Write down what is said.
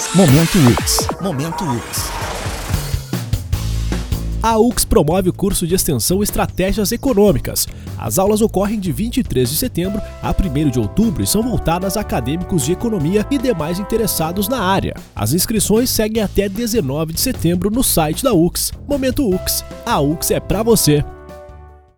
Momento UX. Momento UX. A UX promove o curso de extensão Estratégias Econômicas. As aulas ocorrem de 23 de setembro a 1º de outubro e são voltadas a acadêmicos de economia e demais interessados na área. As inscrições seguem até 19 de setembro no site da UX. Momento UX. A UX é pra você!